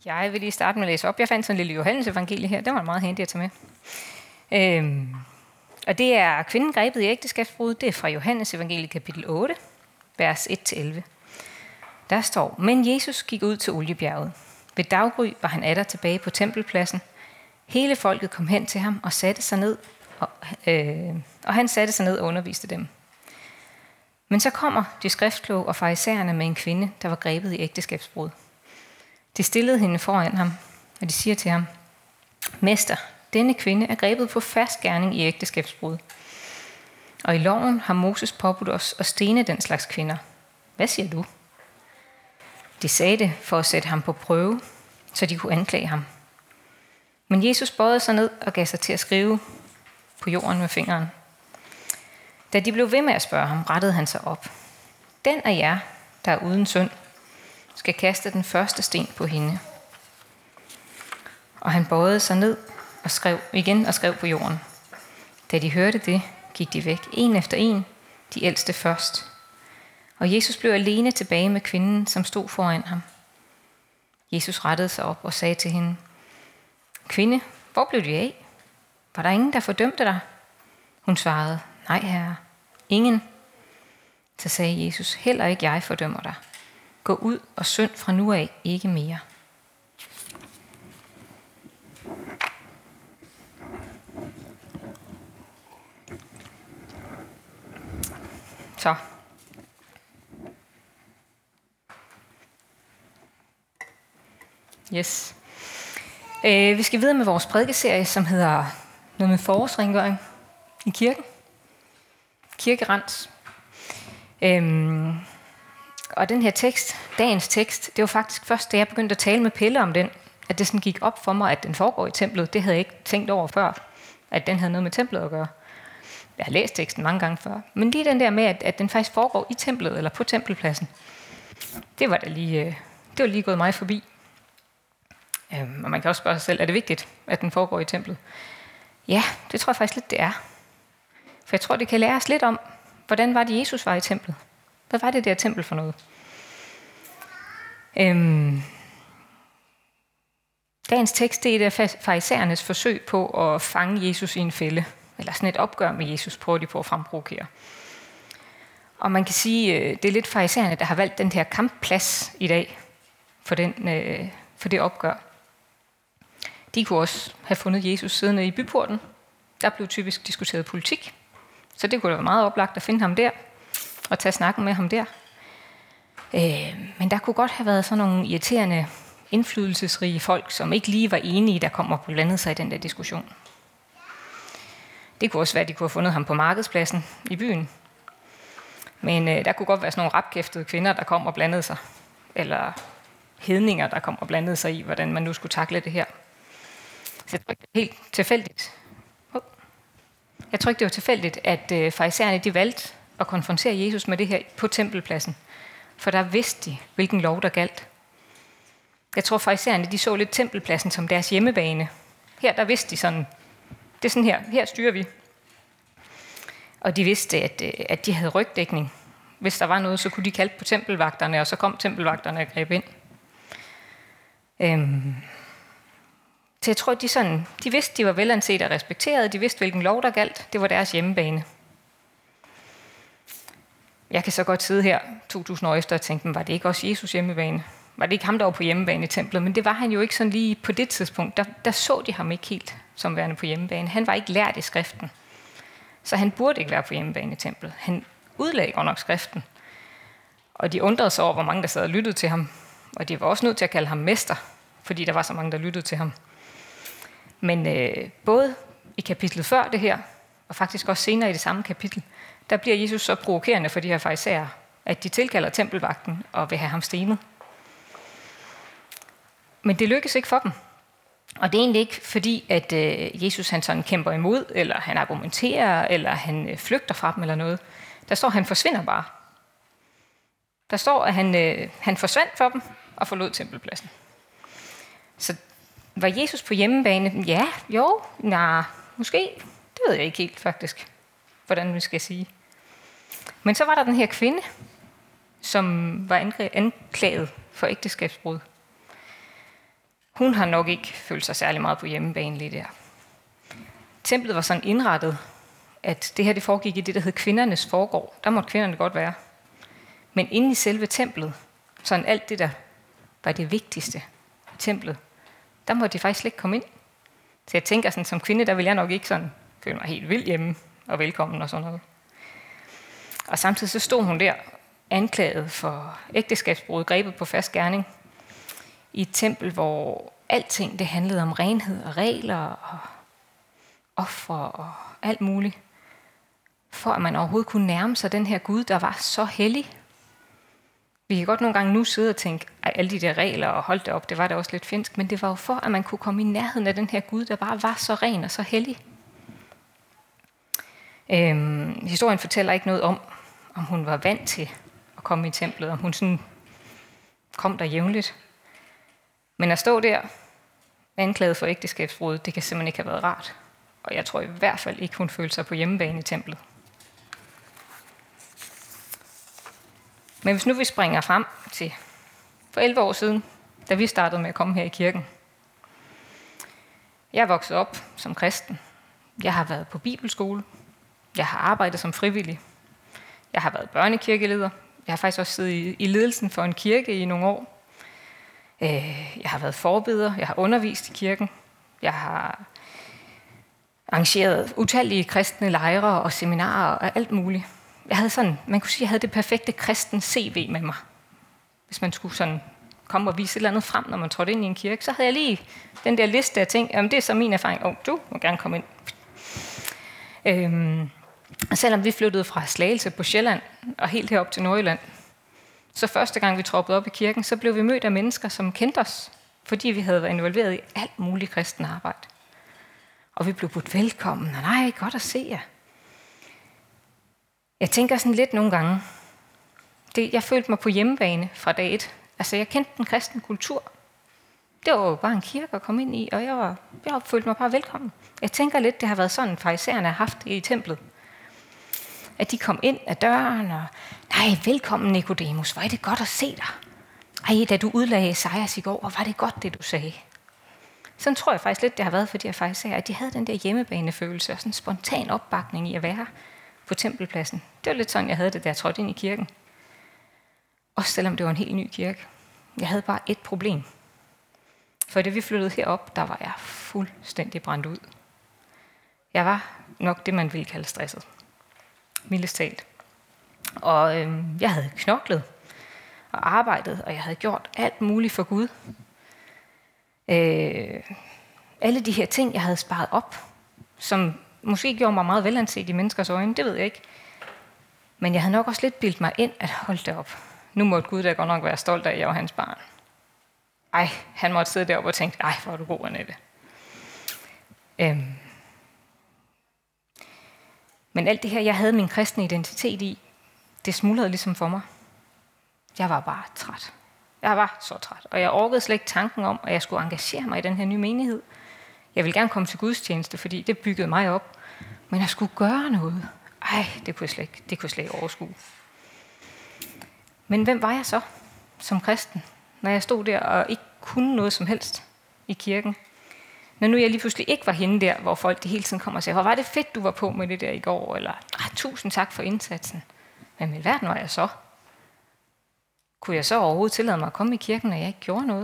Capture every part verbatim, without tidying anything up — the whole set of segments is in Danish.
Jeg vil lige starte med at læse op. Jeg fandt sådan en lille Johannes evangelie her. Den var meget handy at tage med. Øhm, og det er kvinden grebet i ægteskabsbrud. Det er fra Johannes evangelie kapitel otte, vers et til elleve. Der står, men Jesus gik ud til Oliebjerget. Ved daggry var han atter tilbage på tempelpladsen. Hele folket kom hen til ham og satte sig ned, og, øh, og han satte sig ned og underviste dem. Men så kommer de skriftkloge og farisæerne med en kvinde, der var grebet i ægteskabsbrud. De stillede hende foran ham, og de siger til ham, Mester, denne kvinde er grebet på fast gerning i ægteskabsbrud. Og i loven har Moses påbudt os at stene den slags kvinder. Hvad siger du? De sagde det for at sætte ham på prøve, så de kunne anklage ham. Men Jesus bøjede sig ned og gav sig til at skrive på jorden med fingeren. Da de blev ved med at spørge ham, rettede han sig op. Den af jer, der er uden synd, skal kaste den første sten på hende. Og han bøjede sig ned og skrev igen og skrev på jorden. Da de hørte det, gik de væk, en efter en, de ældste først. Og Jesus blev alene tilbage med kvinden, som stod foran ham. Jesus rettede sig op og sagde til hende, Kvinde, hvor blev de af? Var der ingen, der fordømte dig? Hun svarede, nej herre, ingen. Så sagde Jesus, heller ikke jeg fordømmer dig. Gå ud og synd fra nu af ikke mere. Så. Yes. Øh, vi skal videre med vores prædikeserie, som hedder noget med forårsrengøring i kirken. Kirkerens. Øhm, og den her tekst, dagens tekst, det var faktisk først, da jeg begyndte at tale med Pelle om den, at det sådan gik op for mig, at den foregår i templet. Det havde jeg ikke tænkt over før, at den havde noget med templet at gøre. Jeg har læst teksten mange gange før. Men lige den der med, at, at den faktisk foregår i templet, eller på tempelpladsen, det var da lige, det var lige gået mig forbi. Øhm, og man kan også spørge sig selv, er det vigtigt, at den foregår i templet? Ja, det tror jeg faktisk lidt, det er. For jeg tror, det kan lære os lidt om, hvordan var det, Jesus var i templet? Hvad var det der tempel for noget? Øhm, dagens tekst, det er det farisæernes forsøg på at fange Jesus i en fælde. Eller sådan et opgør med Jesus, prøver de på at fremprovokere. Og man kan sige, det er lidt farisæerne, der har valgt den her kampplads i dag for, den, øh, for det opgør. De kunne også have fundet Jesus siddende i byporten. Der blev typisk diskuteret politik. Så det kunne da være meget oplagt at finde ham der, og tage snakken med ham der. Øh, men der kunne godt have været sådan nogle irriterende, indflydelsesrige folk, som ikke lige var enige, der kom og blandede sig i den der diskussion. Det kunne også være, at de kunne have fundet ham på markedspladsen i byen. Men øh, der kunne godt være sådan nogle rapkæftede kvinder, der kom og blandede sig. Eller hedninger, der kom og blandede sig i, hvordan man nu skulle takle det her. Så jeg tror ikke, det er helt tilfældigt. Jeg tror ikke, det var tilfældigt, at øh, farisæerne de valgte at konfrontere Jesus med det her på tempelpladsen. For der vidste de, hvilken lov der galt. Jeg tror, farisæerne de så lidt tempelpladsen som deres hjemmebane. Her der vidste de sådan, det er sådan her, her styrer vi. Og de vidste, at, øh, at de havde rygdækning. Hvis der var noget, så kunne de kalde på tempelvagterne, og så kom tempelvagterne og greb ind. Øhm. Så jeg tror, de, sådan, de vidste, de var velanset og respekteret. De vidste, hvilken lov der galt. Det var deres hjemmebane. Jeg kan så godt sidde her to tusind år efter og tænke, var det ikke også Jesus hjemmebane? Var det ikke ham, der var på hjemmebane i templet? Men det var han jo ikke sådan lige på det tidspunkt. Der, der så de ham ikke helt som værende på hjemmebane. Han var ikke lært i skriften. Så han burde ikke være på hjemmebane i templet. Han udlagde godt nok skriften. Og de undrede sig over, hvor mange der sad og lyttede til ham. Og de var også nødt til at kalde ham mester, fordi der var så mange, der lyttede til ham. Men øh, både i kapitlet før det her, og faktisk også senere i det samme kapitel, der bliver Jesus så provokerende for de her farisæere, at de tilkalder tempelvagten og vil have ham stenet. Men det lykkes ikke for dem. Og det er egentlig ikke fordi, at øh, Jesus han sådan kæmper imod, eller han argumenterer, eller han øh, flygter fra dem eller noget. Der står, at han forsvinder bare. Der står, at han, øh, han forsvandt for dem og forlod tempelpladsen. Så var Jesus på hjemmebane? Ja, jo, nej, måske. Det ved jeg ikke helt faktisk, hvordan vi skal sige. Men så var der den her kvinde, som var anklaget for ægteskabsbrud. Hun har nok ikke følt sig særlig meget på hjemmebane lige der. Templet var sådan indrettet, at det her det foregik i det, der hed kvindernes forgård. Der måtte kvinderne godt være. Men inde i selve templet, sådan alt det, der var det vigtigste i templet, der måtte de faktisk slet ikke komme ind. Så jeg tænker, sådan, som kvinde, der vil jeg nok ikke sådan føle mig helt vildt hjemme og velkommen og sådan noget. Og samtidig så stod hun der, anklaget for ægteskabsbrud, grebet på fast gerning, i et tempel, hvor alting det handlede om renhed og regler og ofre og alt muligt, for at man overhovedet kunne nærme sig den her Gud, der var så hellig. Vi kan godt nogle gange nu sidde og tænke, at alle de der regler og holdt det op, det var da også lidt finsk, men det var jo for, at man kunne komme i nærheden af den her Gud, der bare var så ren og så hellig. Øhm, historien fortæller ikke noget om, om hun var vant til at komme i templet, om hun sådan kom der jævnligt. Men at stå der, anklaget for ægteskabsbrud, det kan simpelthen ikke have været rart. Og jeg tror i hvert fald ikke, hun følte sig på hjemmebane i templet. Men hvis nu vi springer frem til for elleve år siden, da vi startede med at komme her i kirken. Jeg er vokset op som kristen. Jeg har været på bibelskole. Jeg har arbejdet som frivillig. Jeg har været børnekirkeleder. Jeg har faktisk også siddet i ledelsen for en kirke i nogle år. Jeg har været forbeder. Jeg har undervist i kirken. Jeg har arrangeret utallige kristne lejre og seminarer og alt muligt. Jeg havde sådan, man kunne sige, jeg havde det perfekte kristen C V med mig. Hvis man skulle sådan komme og vise et eller andet frem, når man trådte ind i en kirke, så havde jeg lige den der liste af ting. Jamen, det er så min erfaring. Åh, oh, du må gerne komme ind. Øhm, og selvom vi flyttede fra Slagelse på Sjælland og helt herop til Nordjylland, så første gang vi troppede op i kirken, så blev vi mødt af mennesker, som kendte os, fordi vi havde været involveret i alt muligt kristen arbejde. Og vi blev budt velkommen, og nej, godt at se jer. Jeg tænker sådan lidt nogle gange, det, jeg følte mig på hjemmebane fra dag et. Altså, jeg kendte den kristne kultur. Det var jo bare en kirke at komme ind i, og jeg, var, jeg følte mig bare velkommen. Jeg tænker lidt, det har været sådan, farisæerne har haft i templet. At de kom ind ad døren, og nej, velkommen Nikodemus, hvor er det godt at se dig. Ej, da du udlagde Esajas i går, hvor var det godt, det du sagde. Sådan tror jeg faktisk lidt, det har været for de her farisæer, at de havde den der hjemmebanefølelse og sådan en spontan opbakning i at være på tempelpladsen. Det var lidt sådan, jeg havde det, da jeg trådte ind i kirken. Også selvom det var en helt ny kirke. Jeg havde bare et problem. For da vi flyttede herop, der var jeg fuldstændig brændt ud. Jeg var nok det, man ville kalde stresset. Mildest talt. Og øhm, jeg havde knoklet og arbejdet, og jeg havde gjort alt muligt for Gud. Øh, alle de her ting, jeg havde sparet op, som måske gjorde mig meget velanset i menneskers øjne, det ved jeg ikke. Men jeg havde nok også lidt bildt mig ind, at holde det op. Nu måtte Gud da godt nok være stolt af, at jeg var hans barn. Ej, han måtte sidde deroppe og tænke, ej, hvor er du god, Annette. Øhm. Men alt det her, jeg havde min kristne identitet i, det smuldrede ligesom for mig. Jeg var bare træt. Jeg var så træt, og jeg orkede slet ikke tanken om, at jeg skulle engagere mig i den her nye menighed. Jeg ville gerne komme til gudstjeneste, fordi det byggede mig op. Men jeg skulle gøre noget. Ej, det kunne jeg slet ikke, det kunne jeg slet ikke overskue. Men hvem var jeg så som kristen, når jeg stod der og ikke kunne noget som helst i kirken? Når nu jeg lige pludselig ikke var hende der, hvor folk de hele tiden kommer og siger, hvor var det fedt, du var på med det der i går, eller tusind tak for indsatsen. Men i verden var jeg så? Kunne jeg så overhovedet tillade mig at komme i kirken, når jeg ikke gjorde noget?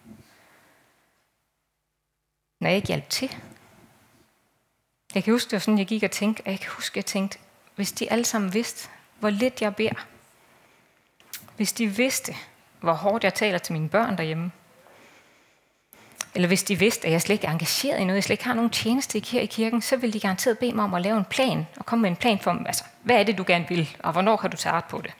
Når jeg ikke hjalp til? Jeg kan huske, det var sådan, jeg gik og tænkte, og jeg kan huske, jeg tænkte, hvis de alle sammen vidste, hvor lidt jeg beder, hvis de vidste, hvor hårdt jeg taler til mine børn derhjemme, eller hvis de vidste, at jeg slet ikke er engageret i noget, jeg slet ikke har nogen tjeneste her i kirken, så ville de garanteret bede mig om at lave en plan, og komme med en plan for, altså, hvad er det, du gerne vil, og hvornår kan du tage ret på det?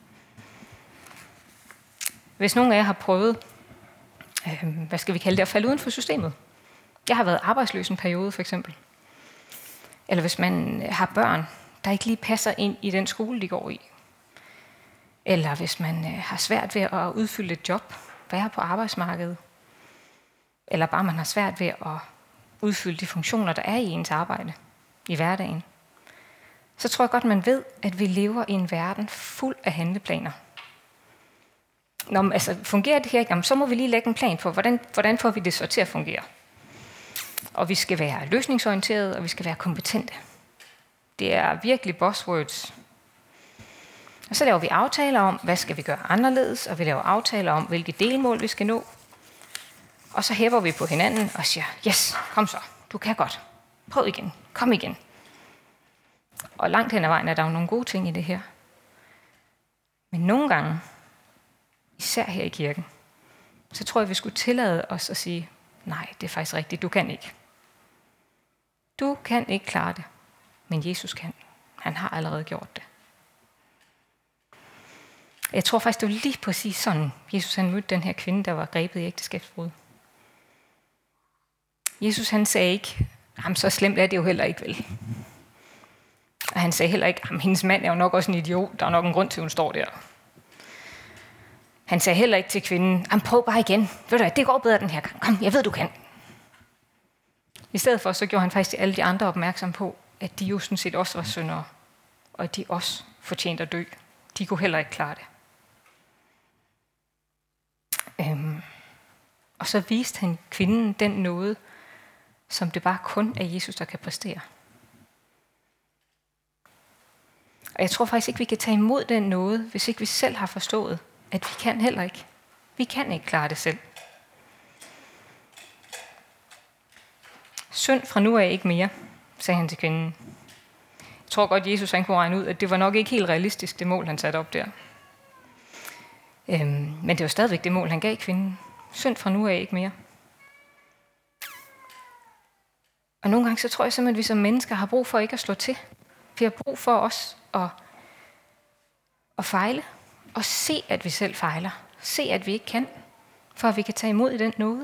Hvis nogen af jer har prøvet, øh, hvad skal vi kalde det, at falde uden for systemet. Jeg har været arbejdsløs en periode, for eksempel. Eller hvis man har børn, der ikke lige passer ind i den skole, de går i. Eller hvis man øh, har svært ved at udfylde et job, være på arbejdsmarkedet. Eller bare man har svært ved at udfylde de funktioner, der er i ens arbejde i hverdagen. Så tror jeg godt, man ved, at vi lever i en verden fuld af handleplaner. Nå, men, altså, fungerer det her ikke? Jamen, så må vi lige lægge en plan for, hvordan, hvordan får vi det så til at fungere. Og vi skal være løsningsorienterede, og vi skal være kompetente. Det er virkelig buzzwords. Og så laver vi aftaler om, hvad skal vi gøre anderledes, og vi laver aftaler om, hvilke delmål vi skal nå. Og så hæver vi på hinanden og siger, yes, kom så, du kan godt. Prøv igen, kom igen. Og langt hen ad vejen er der jo nogle gode ting i det her. Men nogle gange, især her i kirken, så tror jeg, vi skulle tillade os at sige, nej, det er faktisk rigtigt, du kan ikke. Du kan ikke klare det, men Jesus kan. Han har allerede gjort det. Jeg tror faktisk, det var lige præcis sådan, Jesus han mødte den her kvinde, der var grebet i ægteskabsbrud. Jesus han sagde ikke, jamen så slemt er det jo heller ikke vel. Og han sagde heller ikke, jamen hendes mand er jo nok også en idiot, der er nok en grund til, at hun står der. Han sagde heller ikke til kvinden, jamen prøv bare igen, ved du hvad, det går bedre den her gang, kom, jeg ved du kan. I stedet for så gjorde han faktisk alle de andre opmærksom på, at de jo sådan set også var syndere, og at de også fortjente at dø. De kunne heller ikke klare det. Øhm, og så viste han kvinden den nåde, som det bare kun er Jesus, der kan præstere. Og jeg tror faktisk ikke, vi kan tage imod den nåde, hvis ikke vi selv har forstået, at vi kan heller ikke. Vi kan ikke klare det selv. Synd fra nu af ikke mere, sagde han til kvinden. Jeg tror godt, Jesus han kunne regne ud, at det var nok ikke helt realistisk, det mål, han satte op der. Øhm, men det var stadigvæk det mål, han gav kvinden. Synd fra nu af ikke mere. Og nogle gange så tror jeg simpelthen, at vi som mennesker har brug for ikke at slå til. Vi har brug for os at, at fejle, og se, at vi selv fejler. Se, at vi ikke kan, for at vi kan tage imod i den nåde.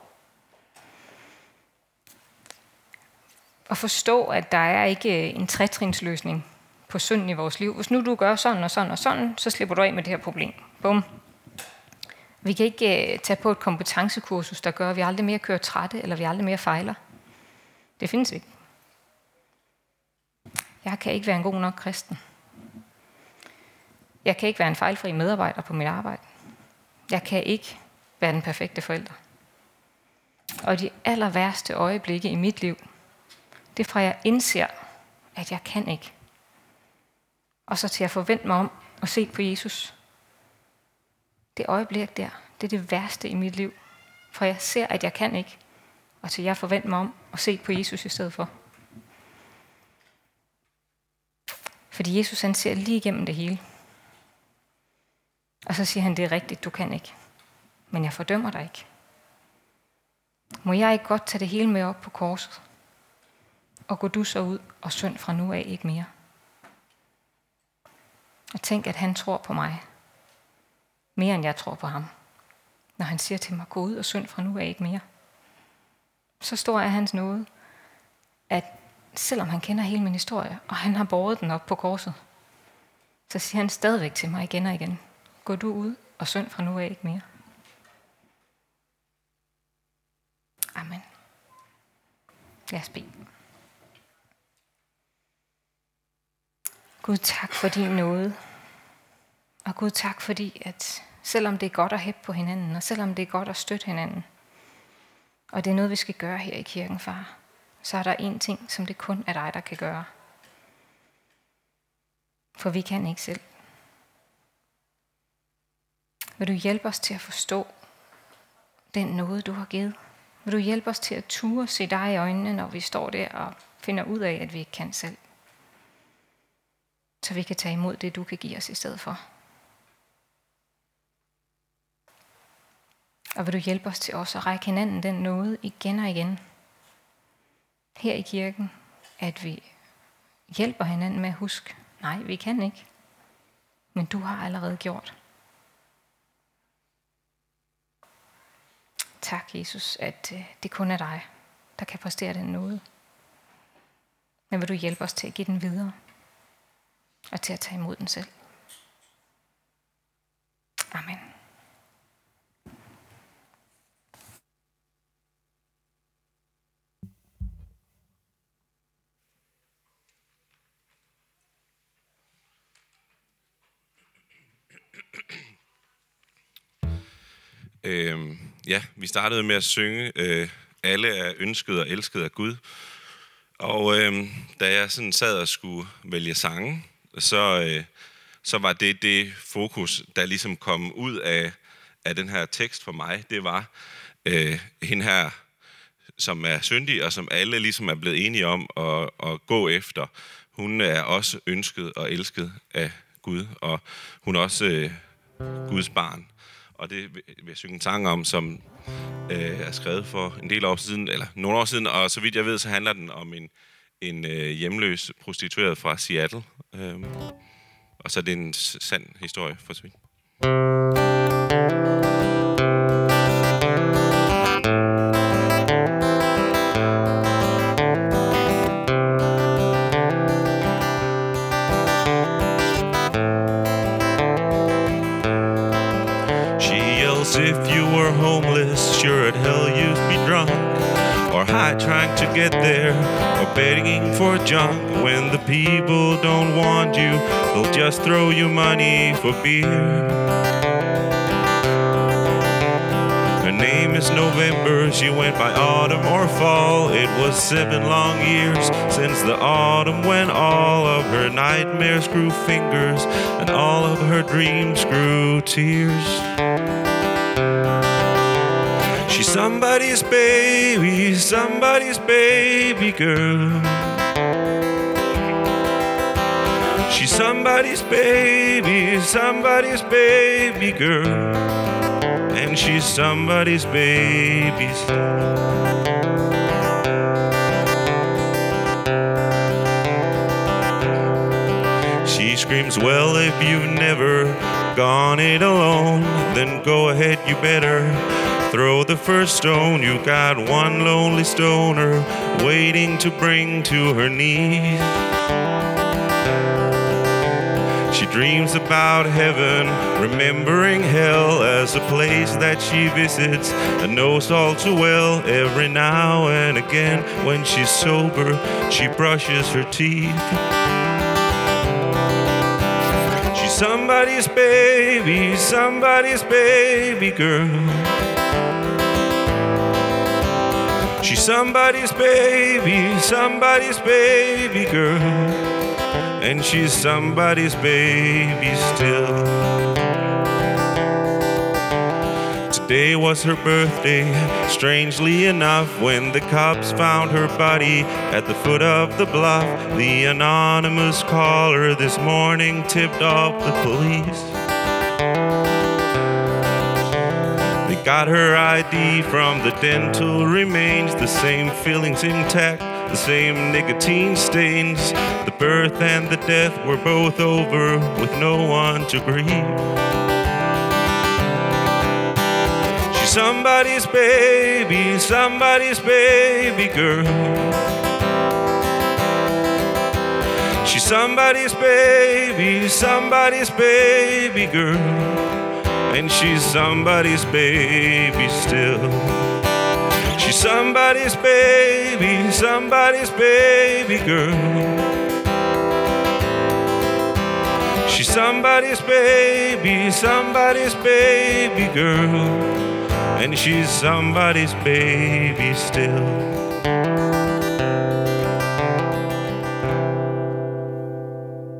Og forstå, at der er ikke en tretrinsløsning på synden i vores liv. Hvis nu du gør sådan og sådan og sådan, så slipper du af med det her problem. Bum. Vi kan ikke tage på et kompetencekursus, der gør, at vi aldrig mere kører trætte, eller vi aldrig mere fejler. Det findes ikke. Jeg kan ikke være en god nok kristen. Jeg kan ikke være en fejlfri medarbejder på mit arbejde. Jeg kan ikke være den perfekte forælder. Og de aller værste øjeblikke i mit liv, det er fra jeg indser, at jeg kan ikke. Og så til at forvente mig om at se på Jesus. Det øjeblik der, det er det værste i mit liv. For jeg ser, at jeg kan ikke. Og til jeg forventer mig om at se på Jesus i stedet for. Fordi Jesus han ser lige igennem det hele. Og så siger han, det er rigtigt, du kan ikke. Men jeg fordømmer dig ikke. Må jeg ikke godt tage det hele med op på korset? Og gå du så ud og synd fra nu af ikke mere. Og tænk, at han tror på mig. Mere end jeg tror på ham. Når han siger til mig, gå ud og synd fra nu af ikke mere. Så stor er hans nåde, at selvom han kender hele min historie, og han har båret den op på korset, så siger han stadigvæk til mig igen og igen, gå du ud og synd fra nu af ikke mere. Amen. Lad os bede. Gud, tak for din nåde. Og Gud, tak fordi, at selvom det er godt at hæppe på hinanden, og selvom det er godt at støtte hinanden, og det er noget, vi skal gøre her i kirken, far, så er der en ting, som det kun er dig, der kan gøre. For vi kan ikke selv. Vil du hjælpe os til at forstå den nåde, du har givet? Vil du hjælpe os til at ture se dig i øjnene, når vi står der og finder ud af, at vi ikke kan selv? Så vi kan tage imod det, du kan give os i stedet for. Og vil du hjælpe os til også at række hinanden den nåde igen og igen. Her i kirken, at vi hjælper hinanden med at huske, nej, vi kan ikke. Men du har allerede gjort. Tak, Jesus, at det kun er dig, der kan præstere den nåde. Men vil du hjælpe os til at give den videre, og til at tage imod den selv. Amen. Øh, ja, vi startede med at synge øh, Alle er ønsket og elsket af Gud. Og øh, da jeg sådan sad og skulle vælge sange, så, øh, så var det det fokus, der ligesom kom ud af, af den her tekst for mig. Det var øh, hende her, som er syndig, og som alle ligesom er blevet enige om at, at gå efter. Hun er også ønsket og elsket af Gud, og hun er også øh, Guds barn. Og det vil jeg synge en sang om, som øh, er skrevet for en del år siden, eller nogle år siden, og så vidt jeg ved, så handler den om en, en øh, hjemløs prostitueret fra Seattle. Øhm, og så er det en sand historie for så vidt. If you were homeless, sure at hell you'd be drunk, or high trying to get there, or begging for junk. When the people don't want you, they'll just throw you money for beer. Her name is November, she went by autumn or fall. It was seven long years since the autumn when all of her nightmares grew fingers and all of her dreams grew tears. She's somebody's baby, somebody's baby girl. She's somebody's baby, somebody's baby girl. And she's somebody's baby still. She screams, well, if you've never gone it alone, then go ahead, you better throw the first stone. You got one lonely stoner waiting to bring to her knees. She dreams about heaven, remembering hell as a place that she visits and knows all too well. Every now and again when she's sober, she brushes her teeth. She's somebody's baby, somebody's baby girl. She's somebody's baby, somebody's baby girl. And she's somebody's baby still. Today was her birthday, strangely enough, when the cops found her body at the foot of the bluff. The anonymous caller this morning tipped off the police. Got her I D from the dental remains, the same feelings intact, the same nicotine stains. The birth and the death were both over with no one to grieve. She's somebody's baby, somebody's baby girl. She's somebody's baby, somebody's baby girl. And she's somebody's baby still. She's somebody's baby, somebody's baby girl. She's somebody's baby, somebody's baby girl. And she's somebody's baby still.